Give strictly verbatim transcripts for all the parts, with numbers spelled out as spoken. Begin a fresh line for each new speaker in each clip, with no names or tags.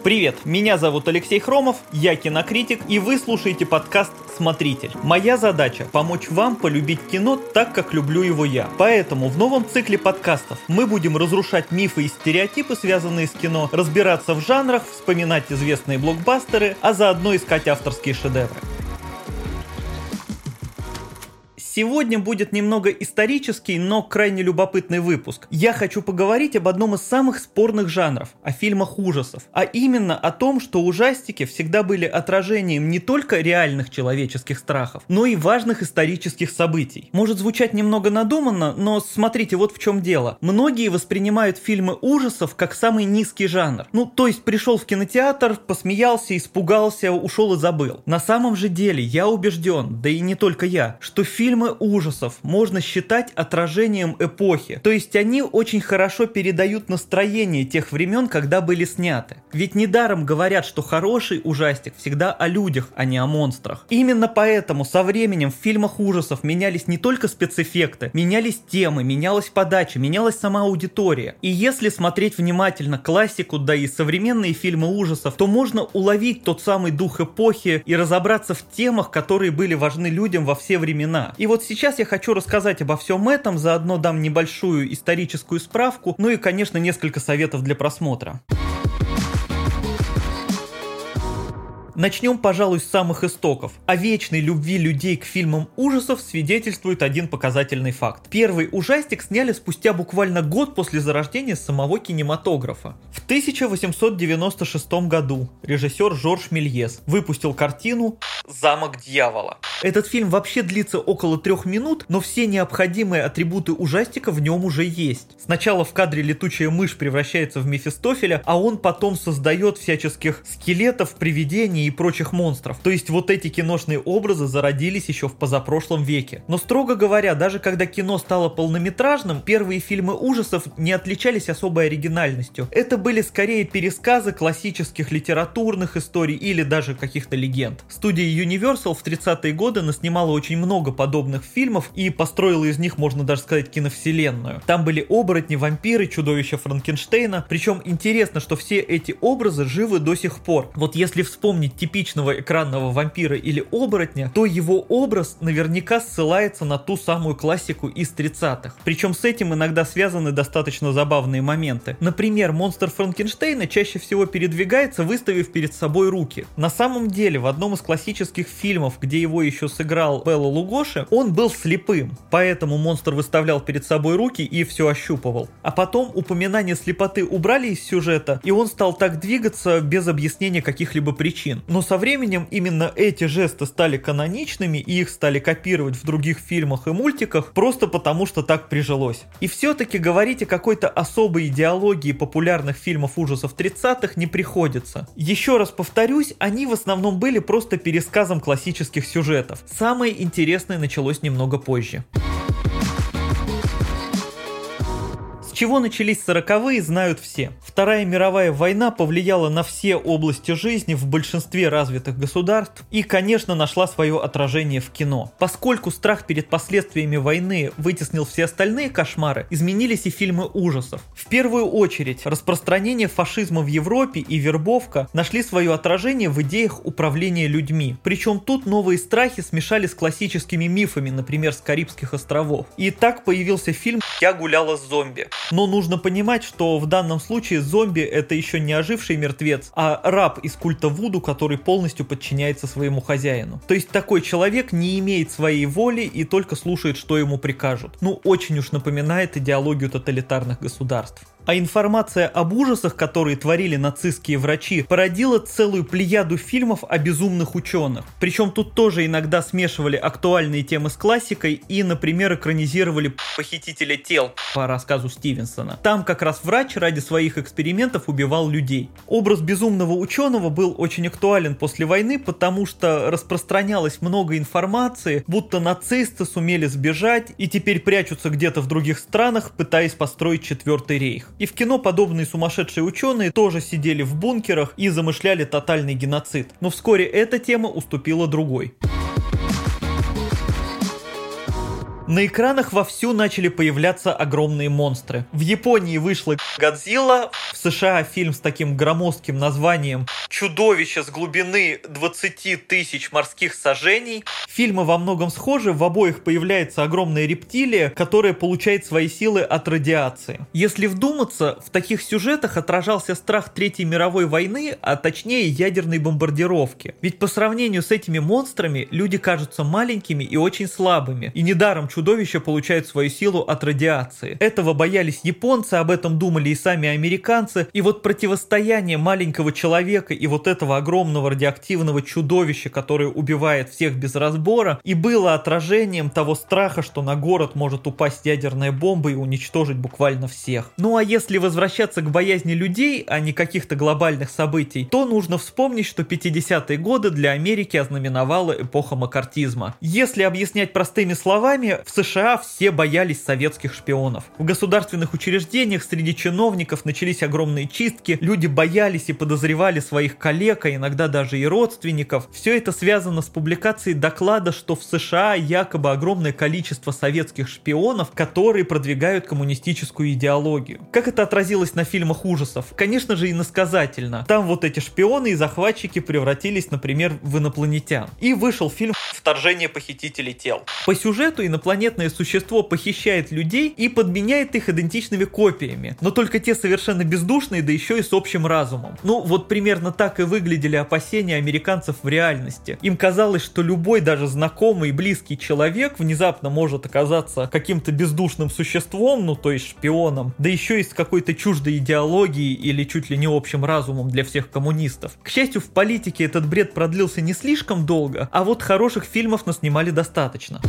Привет, меня зовут Алексей Хромов, я кинокритик, и вы слушаете подкаст «Смотритель». Моя задача – помочь вам полюбить кино так, как люблю его я. Поэтому в новом цикле подкастов мы будем разрушать мифы и стереотипы, связанные с кино, разбираться в жанрах, вспоминать известные блокбастеры, а заодно искать авторские шедевры. Сегодня будет немного исторический, но крайне любопытный выпуск. Я хочу поговорить об одном из самых спорных жанров – о фильмах ужасов. А именно о том, что ужастики всегда были отражением не только реальных человеческих страхов, но и важных исторических событий. Может звучать немного надуманно, но смотрите, вот в чем дело. Многие воспринимают фильмы ужасов как самый низкий жанр. Ну, то есть пришел в кинотеатр, посмеялся, испугался, ушел и забыл. На самом же деле я убежден, да и не только я, что фильмы ужасов можно считать отражением эпохи. То есть они очень хорошо передают настроение тех времен, когда были сняты. Ведь недаром говорят, что хороший ужастик всегда о людях, а не о монстрах. Именно поэтому со временем в фильмах ужасов менялись не только спецэффекты, менялись темы, менялась подача, менялась сама аудитория. И если смотреть внимательно классику, да и современные фильмы ужасов, то можно уловить тот самый дух эпохи и разобраться в темах, которые были важны людям во все времена. И вот сейчас я хочу рассказать обо всем этом, заодно дам небольшую историческую справку, ну и, конечно, несколько советов для просмотра. Начнем, пожалуй, с самых истоков. О вечной любви людей к фильмам ужасов свидетельствует один показательный факт. Первый ужастик сняли спустя буквально год после зарождения самого кинематографа. В тысяча восемьсот девяносто шестом году режиссер Жорж Мельес выпустил картину «Замок дьявола». Этот фильм вообще длится около трех минут, но все необходимые атрибуты ужастика в нем уже есть. Сначала в кадре летучая мышь превращается в Мефистофеля, а он потом создает всяческих скелетов, привидений и прочих монстров. То есть вот эти киношные образы зародились еще в позапрошлом веке. Но строго говоря, даже когда кино стало полнометражным, первые фильмы ужасов не отличались особой оригинальностью. Это были скорее пересказы классических литературных историй или даже каких-то легенд. Студия Universal в тридцатые годы наснимала очень много подобных фильмов и построила из них, можно даже сказать, киновселенную. Там были оборотни, вампиры, чудовища Франкенштейна. Причем интересно, что все эти образы живы до сих пор. Вот если вспомнить типичного экранного вампира или оборотня, то его образ наверняка ссылается на ту самую классику из тридцатых. Причем с этим иногда связаны достаточно забавные моменты. Например, монстр Франкенштейна чаще всего передвигается, выставив перед собой руки. На самом деле, в одном из классических фильмов, где его еще сыграл Белла Лугоши, он был слепым, поэтому монстр выставлял перед собой руки и все ощупывал. А потом упоминание слепоты убрали из сюжета, и он стал так двигаться без объяснения каких-либо причин. Но со временем именно эти жесты стали каноничными, и их стали копировать в других фильмах и мультиках, просто потому что так прижилось. И все-таки говорить о какой-то особой идеологии популярных фильмов ужасов тридцатых не приходится. Еще раз повторюсь, они в основном были просто пересказом классических сюжетов. Самое интересное началось немного позже. С чего начались сороковые, знают все. Вторая мировая война повлияла на все области жизни в большинстве развитых государств и, конечно, нашла свое отражение в кино. Поскольку страх перед последствиями войны вытеснил все остальные кошмары, изменились и фильмы ужасов. В первую очередь, распространение фашизма в Европе и вербовка нашли свое отражение в идеях управления людьми. Причем тут новые страхи смешались с классическими мифами, например, с Карибских островов. И так появился фильм «Я гуляла с зомби». Но нужно понимать, что в данном случае зомби — это еще не оживший мертвец, а раб из культа Вуду, который полностью подчиняется своему хозяину. То есть такой человек не имеет своей воли и только слушает, что ему прикажут. Ну, очень уж напоминает идеологию тоталитарных государств. А информация об ужасах, которые творили нацистские врачи, породила целую плеяду фильмов о безумных ученых. Причем тут тоже иногда смешивали актуальные темы с классикой и, например, экранизировали «Похитителя тел» по рассказу Стивенсона. Там как раз врач ради своих экспериментов убивал людей. Образ безумного ученого был очень актуален после войны, потому что распространялось много информации, будто нацисты сумели сбежать и теперь прячутся где-то в других странах, пытаясь построить Четвертый рейх. И в кино подобные сумасшедшие ученые тоже сидели в бункерах и замышляли тотальный геноцид. Но вскоре эта тема уступила другой. На экранах вовсю начали появляться огромные монстры. В Японии вышла «Годзилла», в США фильм с таким громоздким названием «Чудовище с глубины двадцати тысяч морских сажений». Фильмы во многом схожи, в обоих появляется огромная рептилия, которая получает свои силы от радиации. Если вдуматься, в таких сюжетах отражался страх Третьей мировой войны, а точнее ядерной бомбардировки. Ведь по сравнению с этими монстрами люди кажутся маленькими и очень слабыми, и недаром чудовища получают свою силу от радиации. Этого боялись японцы, об этом думали и сами американцы, и вот противостояние маленького человека и вот этого огромного радиоактивного чудовища, которое убивает всех без разбора, и было отражением того страха, что на город может упасть ядерная бомба и уничтожить буквально всех. Ну а если возвращаться к боязни людей, а не каких-то глобальных событий, то нужно вспомнить, что пятидесятые годы для Америки ознаменовала эпоха маккартизма. Если объяснять простыми словами, в США все боялись советских шпионов. В государственных учреждениях среди чиновников начались огромные чистки, люди боялись и подозревали своих коллег, а иногда даже и родственников. Все это связано с публикацией доклада, что в США якобы огромное количество советских шпионов, которые продвигают коммунистическую идеологию. Как это отразилось на фильмах ужасов? Конечно же, иносказательно. Там вот эти шпионы и захватчики превратились, например, в инопланетян. И вышел фильм «Вторжение похитителей тел». По сюжету инопланетное существо похищает людей и подменяет их идентичными копиями, но только те совершенно бездушные, да еще и с общим разумом. Ну вот примерно так и выглядели опасения американцев в реальности. Им казалось, что любой даже знакомый и близкий человек внезапно может оказаться каким-то бездушным существом, ну то есть шпионом, да еще и с какой-то чуждой идеологией или чуть ли не общим разумом для всех коммунистов. К счастью, в политике этот бред продлился не слишком долго, а вот хороших фильмов наснимали достаточно.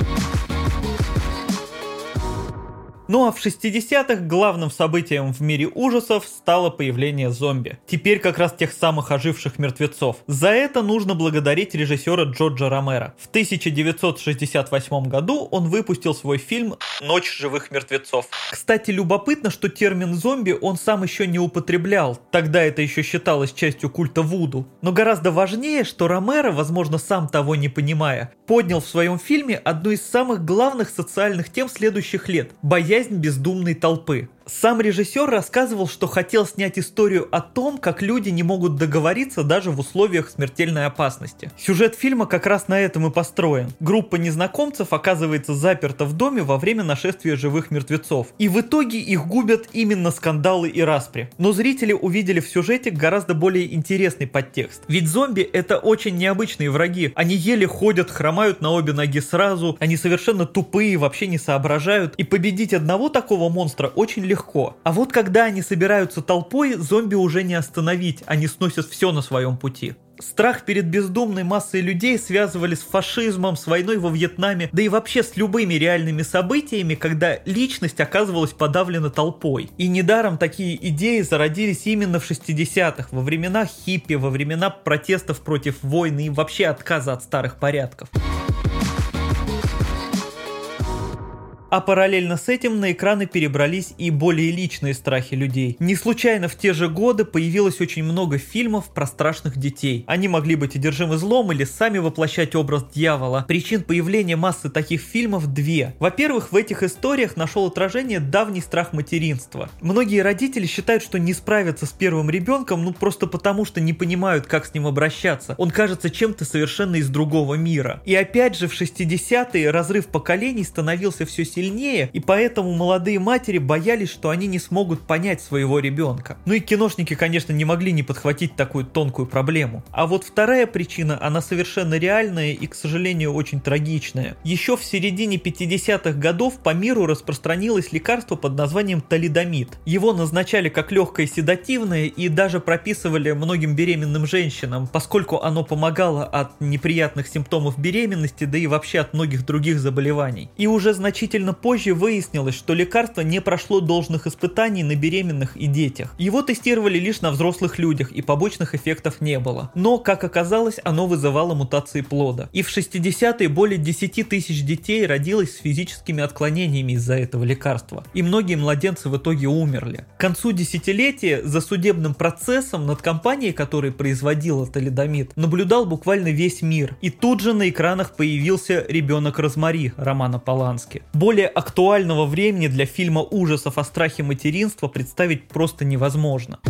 Ну а в шестидесятых главным событием в мире ужасов стало появление зомби. Теперь как раз тех самых оживших мертвецов. За это нужно благодарить режиссера Джорджа Ромеро. В тысяча девятьсот шестьдесят восьмом году он выпустил свой фильм «Ночь живых мертвецов». Кстати, любопытно, что термин «зомби» он сам еще не употреблял. Тогда это еще считалось частью культа Вуду. Но гораздо важнее, что Ромеро, возможно, сам того не понимая, поднял в своем фильме одну из самых главных социальных тем следующих лет – боязнь бездумной толпы. Сам режиссер рассказывал, что хотел снять историю о том, как люди не могут договориться даже в условиях смертельной опасности. Сюжет фильма как раз на этом и построен. Группа незнакомцев оказывается заперта в доме во время нашествия живых мертвецов. И в итоге их губят именно скандалы и распри. Но зрители увидели в сюжете гораздо более интересный подтекст. Ведь зомби — это очень необычные враги. Они еле ходят, хромают на обе ноги сразу, они совершенно тупые, вообще не соображают. И победить одного такого монстра очень легко. Легко. А вот когда они собираются толпой, зомби уже не остановить, они сносят все на своем пути. Страх перед бездумной массой людей связывали с фашизмом, с войной во Вьетнаме, да и вообще с любыми реальными событиями, когда личность оказывалась подавлена толпой. И недаром такие идеи зародились именно в шестидесятых, во времена хиппи, во времена протестов против войны и вообще отказа от старых порядков. А параллельно с этим на экраны перебрались и более личные страхи людей. Не случайно в те же годы появилось очень много фильмов про страшных детей. Они могли быть одержимы злом или сами воплощать образ дьявола. Причин появления массы таких фильмов две. Во-первых, в этих историях нашел отражение давний страх материнства. Многие родители считают, что не справятся с первым ребенком, ну просто потому, что не понимают, как с ним обращаться. Он кажется чем-то совершенно из другого мира. И опять же в шестидесятые разрыв поколений становился все сильнее. сильнее, и поэтому молодые матери боялись, что они не смогут понять своего ребенка. Ну и киношники, конечно, не могли не подхватить такую тонкую проблему. А вот вторая причина, она совершенно реальная и, к сожалению, очень трагичная. Еще в середине пятидесятых годов по миру распространилось лекарство под названием талидомид. Его назначали как легкое седативное и даже прописывали многим беременным женщинам, поскольку оно помогало от неприятных симптомов беременности, да и вообще от многих других заболеваний. И уже значительно Сильно позже выяснилось, что лекарство не прошло должных испытаний на беременных и детях. Его тестировали лишь на взрослых людях, и побочных эффектов не было. Но, как оказалось, оно вызывало мутации плода. И в шестидесятые более десяти тысяч детей родилось с физическими отклонениями из-за этого лекарства. И многие младенцы в итоге умерли. К концу десятилетия за судебным процессом над компанией, которая производила талидомид, наблюдал буквально весь мир. И тут же на экранах появился «Ребенок Розмари» Романа Полански. Более актуального времени для фильма ужасов о страхе материнства представить просто невозможно.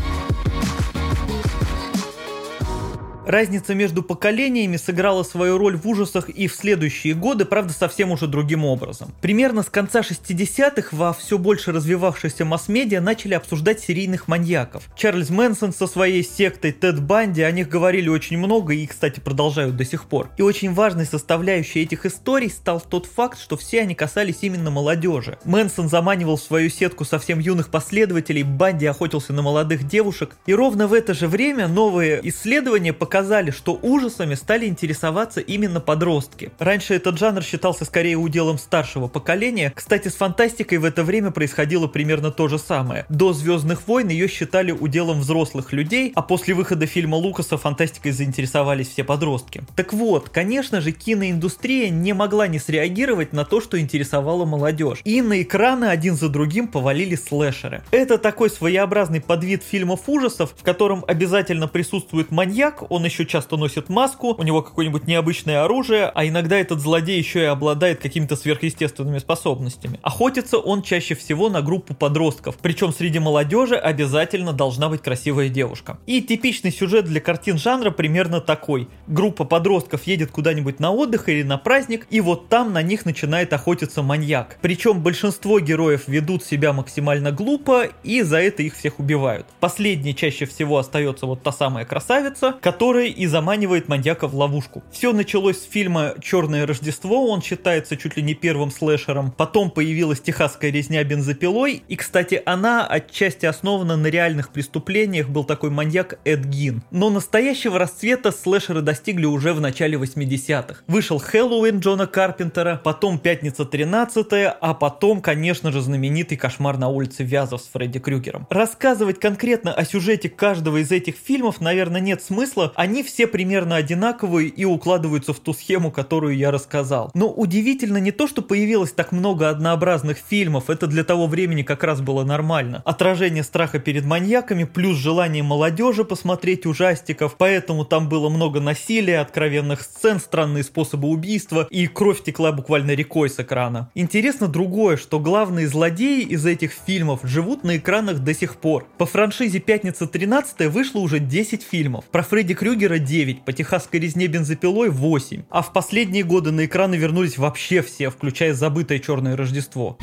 Разница между поколениями сыграла свою роль в ужасах и в следующие годы, правда, совсем уже другим образом. Примерно с конца шестидесятых во все больше развивавшейся масс-медиа начали обсуждать серийных маньяков. Чарльз Мэнсон со своей сектой, Тед Банди, о них говорили очень много и, кстати, продолжают до сих пор. И очень важной составляющей этих историй стал тот факт, что все они касались именно молодежи. Мэнсон заманивал в свою сетку совсем юных последователей, Банди охотился на молодых девушек, и ровно в это же время новые исследования показали, Показали, что ужасами стали интересоваться именно подростки. Раньше этот жанр считался скорее уделом старшего поколения. Кстати, с фантастикой в это время происходило примерно то же самое. До «Звездных войн» ее считали уделом взрослых людей, а после выхода фильма Лукаса фантастикой заинтересовались все подростки. Так вот, конечно же, киноиндустрия не могла не среагировать на то, что интересовало молодежь. И на экраны один за другим повалили слэшеры. Это такой своеобразный подвид фильмов ужасов, в котором обязательно присутствует маньяк, он еще часто носит маску, у него какое-нибудь необычное оружие, а иногда этот злодей еще и обладает какими-то сверхъестественными способностями. Охотится он чаще всего на группу подростков, причем среди молодежи обязательно должна быть красивая девушка. И типичный сюжет для картин жанра примерно такой. Группа подростков едет куда-нибудь на отдых или на праздник, и вот там на них начинает охотиться маньяк. Причем большинство героев ведут себя максимально глупо, и за это их всех убивают. Последней чаще всего остается вот та самая красавица, которая и заманивает маньяка в ловушку. Все началось с фильма «Черное Рождество», он считается чуть ли не первым слэшером. Потом появилась «Техасская резня бензопилой», и, кстати, она отчасти основана на реальных преступлениях, был такой маньяк Эд Гин. Но настоящего расцвета слэшеры достигли уже в начале восьмидесятых. Вышел «Хэллоуин» Джона Карпентера, потом «Пятница тринадцатая», а потом, конечно же, знаменитый «Кошмар на улице Вязов» с Фредди Крюгером. Рассказывать конкретно о сюжете каждого из этих фильмов, наверное, нет смысла. Они все примерно одинаковые и укладываются в ту схему, которую я рассказал. Но удивительно не то, что появилось так много однообразных фильмов, это для того времени как раз было нормально. Отражение страха перед маньяками, плюс желание молодежи посмотреть ужастиков, поэтому там было много насилия, откровенных сцен, странные способы убийства, и кровь текла буквально рекой с экрана. Интересно другое, что главные злодеи из этих фильмов живут на экранах до сих пор. По франшизе «Пятница тринадцатая» вышло уже десять фильмов. Про Фредди Крюгера девять, по «Техасской резне бензопилой» восемь. А в последние годы на экраны вернулись вообще все, включая забытое «Черное Рождество».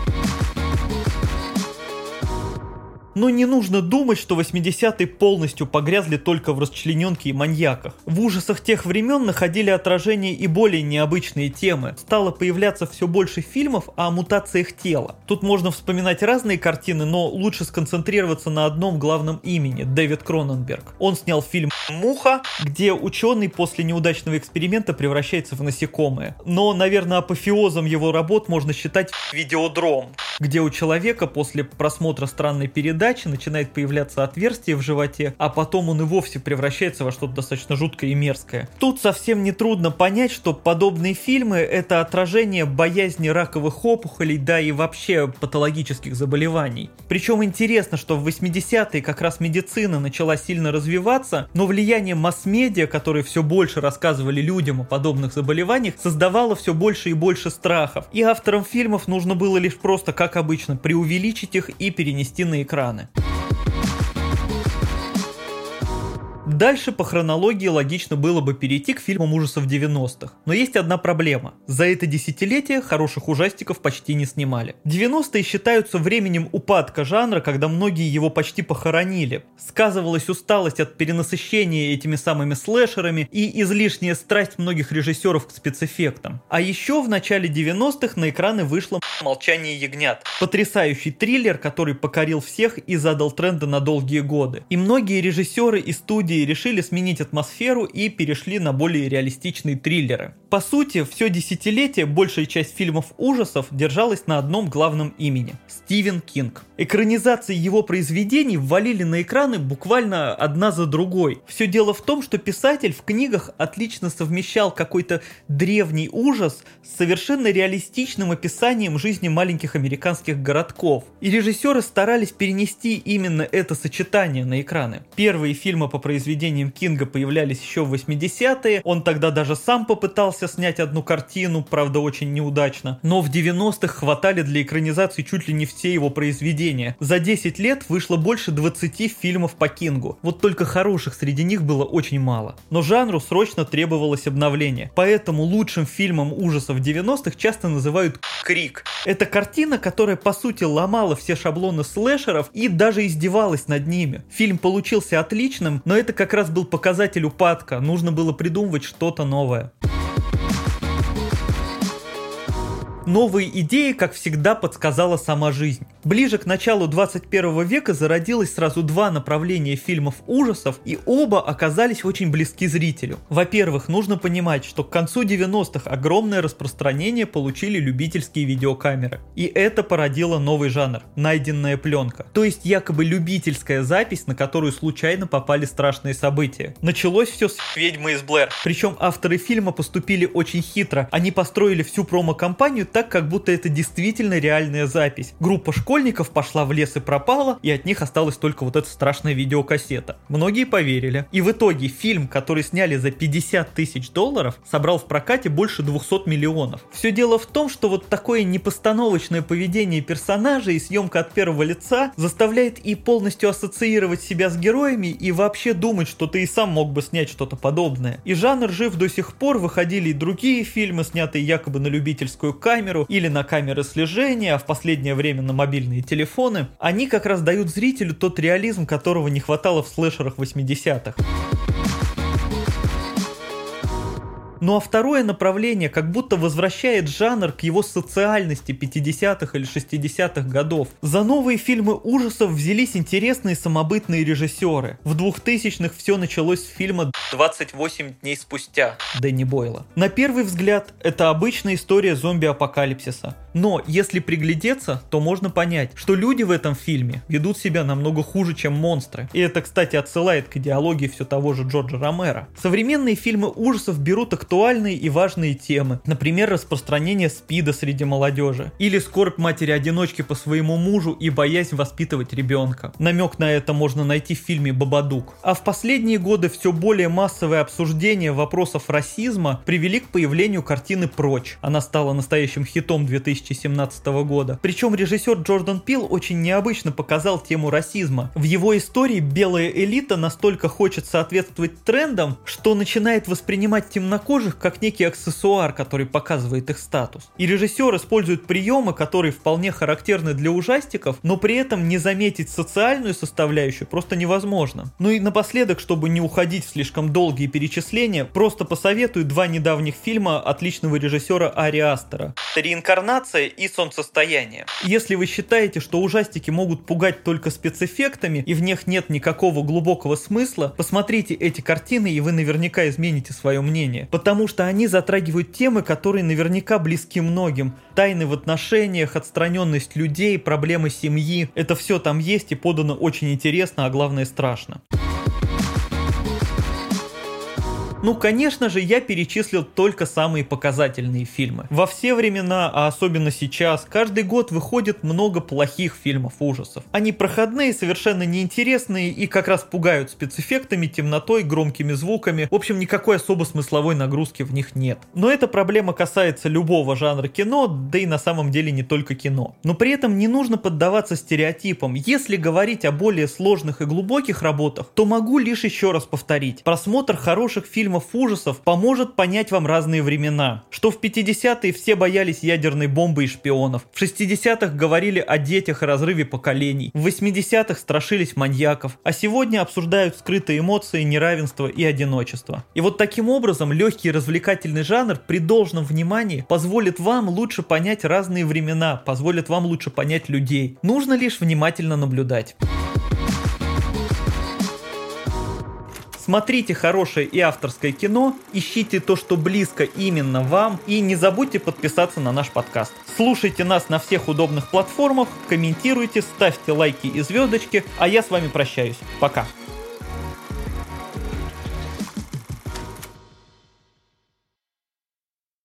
Но не нужно думать, что восьмидесятые полностью погрязли только в расчлененке и маньяках. В ужасах тех времен находили отражение и более необычные темы. Стало появляться все больше фильмов о мутациях тела. Тут можно вспоминать разные картины, но лучше сконцентрироваться на одном главном имени – Дэвид Кроненберг. Он снял фильм «Муха», где ученый после неудачного эксперимента превращается в насекомое. Но, наверное, апофеозом его работ можно считать «Видеодром», где у человека после просмотра странной передачи начинает появляться отверстие в животе, а потом он и вовсе превращается во что-то достаточно жуткое и мерзкое. Тут совсем не трудно понять, что подобные фильмы — это отражение боязни раковых опухолей, да и вообще патологических заболеваний. Причем интересно, что в восьмидесятые как раз медицина начала сильно развиваться, но влияние масс-медиа, которые все больше рассказывали людям о подобных заболеваниях, создавало все больше и больше страхов. И авторам фильмов нужно было лишь просто, как обычно, преувеличить их и перенести на экран. Дальше по хронологии логично было бы перейти к фильмам ужасов девяностых. Но есть одна проблема. За это десятилетие хороших ужастиков почти не снимали. девяностые считаются временем упадка жанра, когда многие его почти похоронили. Сказывалась усталость от перенасыщения этими самыми слэшерами и излишняя страсть многих режиссеров к спецэффектам. А еще в начале девяностых на экраны вышло «Молчание ягнят». Потрясающий триллер, который покорил всех и задал тренды на долгие годы. И многие режиссеры и студии решили сменить атмосферу и перешли на более реалистичные триллеры. По сути, все десятилетие большая часть фильмов ужасов держалась на одном главном имени – Стивен Кинг. Экранизации его произведений ввалили на экраны буквально одна за другой. Все дело в том, что писатель в книгах отлично совмещал какой-то древний ужас с совершенно реалистичным описанием жизни маленьких американских городков. И режиссеры старались перенести именно это сочетание на экраны. Первые фильмы по произведениям Кинга появлялись еще в восьмидесятые, он тогда даже сам попытался снять одну картину, правда очень неудачно, но в девяностых хватали для экранизации чуть ли не все его произведения. За десять лет вышло больше двадцати фильмов по Кингу, вот только хороших среди них было очень мало. Но жанру срочно требовалось обновление, поэтому лучшим фильмом ужасов девяностых часто называют «Крик». Это картина, которая по сути ломала все шаблоны слэшеров и даже издевалась над ними. Фильм получился отличным, но это как раз был показатель упадка, нужно было придумывать что-то новое. Новые идеи, как всегда, подсказала сама жизнь. Ближе к началу двадцать первого века зародилось сразу два направления фильмов ужасов, и оба оказались очень близки зрителю. Во-первых, нужно понимать, что к концу девяностых огромное распространение получили любительские видеокамеры. И это породило новый жанр – найденная пленка. То есть якобы любительская запись, на которую случайно попали страшные события. Началось все с «Ведьмы из Блэр». Причем авторы фильма поступили очень хитро. Они построили всю промо-компанию так, как будто это действительно реальная запись. Группа школьников пошла в лес и пропала, и от них осталась только вот эта страшная видеокассета. Многие поверили. И в итоге фильм, который сняли за пятьдесят тысяч долларов, собрал в прокате больше двухсот миллионов. Все дело в том, что вот такое непостановочное поведение персонажей и съемка от первого лица заставляет и полностью ассоциировать себя с героями, и вообще думать, что ты и сам мог бы снять что-то подобное. И жанр жив до сих пор, выходили и другие фильмы, снятые якобы на любительскую камеру, или на камеры слежения, а в последнее время на мобильные телефоны. Они как раз дают зрителю тот реализм, которого не хватало в слэшерах восьмидесятых. Ну а второе направление как будто возвращает жанр к его социальности пятидесятых или шестидесятых годов. За новые фильмы ужасов взялись интересные самобытные режиссеры. В двухтысячных все началось с фильма «двадцать восемь дней спустя» Дэнни Бойла. На первый взгляд, это обычная история зомби-апокалипсиса. Но если приглядеться, то можно понять, что люди в этом фильме ведут себя намного хуже, чем монстры. И это, кстати, отсылает к идеологии все того же Джорджа Ромеро. Современные фильмы ужасов берут актуальные и важные темы. Например, распространение СПИДа среди молодежи. Или скорбь матери-одиночки по своему мужу и боязнь воспитывать ребенка. Намек на это можно найти в фильме «Бабадук». А в последние годы все более массовое обсуждение вопросов расизма привели к появлению картины «Прочь». Она стала настоящим хитом две тысячи семнадцатого года. Причем режиссер Джордан Пил очень необычно показал тему расизма. В его истории белая элита настолько хочет соответствовать трендам, что начинает воспринимать темнокожих как некий аксессуар, который показывает их статус. И режиссер использует приемы, которые вполне характерны для ужастиков, но при этом не заметить социальную составляющую просто невозможно. Ну и напоследок, чтобы не уходить в слишком долгие перечисления, просто посоветую два недавних фильма отличного режиссера Ари Астера: «Реинкарнация» и «Солнцестояние». Если вы считаете, что ужастики могут пугать только спецэффектами и в них нет никакого глубокого смысла, посмотрите эти картины, и вы наверняка измените свое мнение. Потому что они затрагивают темы, которые наверняка близки многим. Тайны в отношениях, отстраненность людей, проблемы семьи. Это все там есть и подано очень интересно, а главное страшно. Ну, конечно же, я перечислил только самые показательные фильмы. Во все времена, а особенно сейчас, каждый год выходит много плохих фильмов ужасов. Они проходные, совершенно неинтересные и как раз пугают спецэффектами, темнотой, громкими звуками. В общем, никакой особо смысловой нагрузки в них нет. Но эта проблема касается любого жанра кино, да и на самом деле не только кино. Но при этом не нужно поддаваться стереотипам. Если говорить о более сложных и глубоких работах, то могу лишь еще раз повторить. Просмотр хороших фильмов ужасов поможет понять вам разные времена. Что в пятидесятые все боялись ядерной бомбы и шпионов. В шестидесятых говорили о детях и разрыве поколений. В восьмидесятых страшились маньяков. А сегодня обсуждают скрытые эмоции, неравенство и одиночество. И вот таким образом легкий развлекательный жанр при должном внимании позволит вам лучше понять разные времена, позволит вам лучше понять людей. Нужно лишь внимательно наблюдать. Смотрите хорошее и авторское кино, ищите то, что близко именно вам, и не забудьте подписаться на наш подкаст. Слушайте нас на всех удобных платформах, комментируйте, ставьте лайки и звездочки, а я с вами прощаюсь. Пока.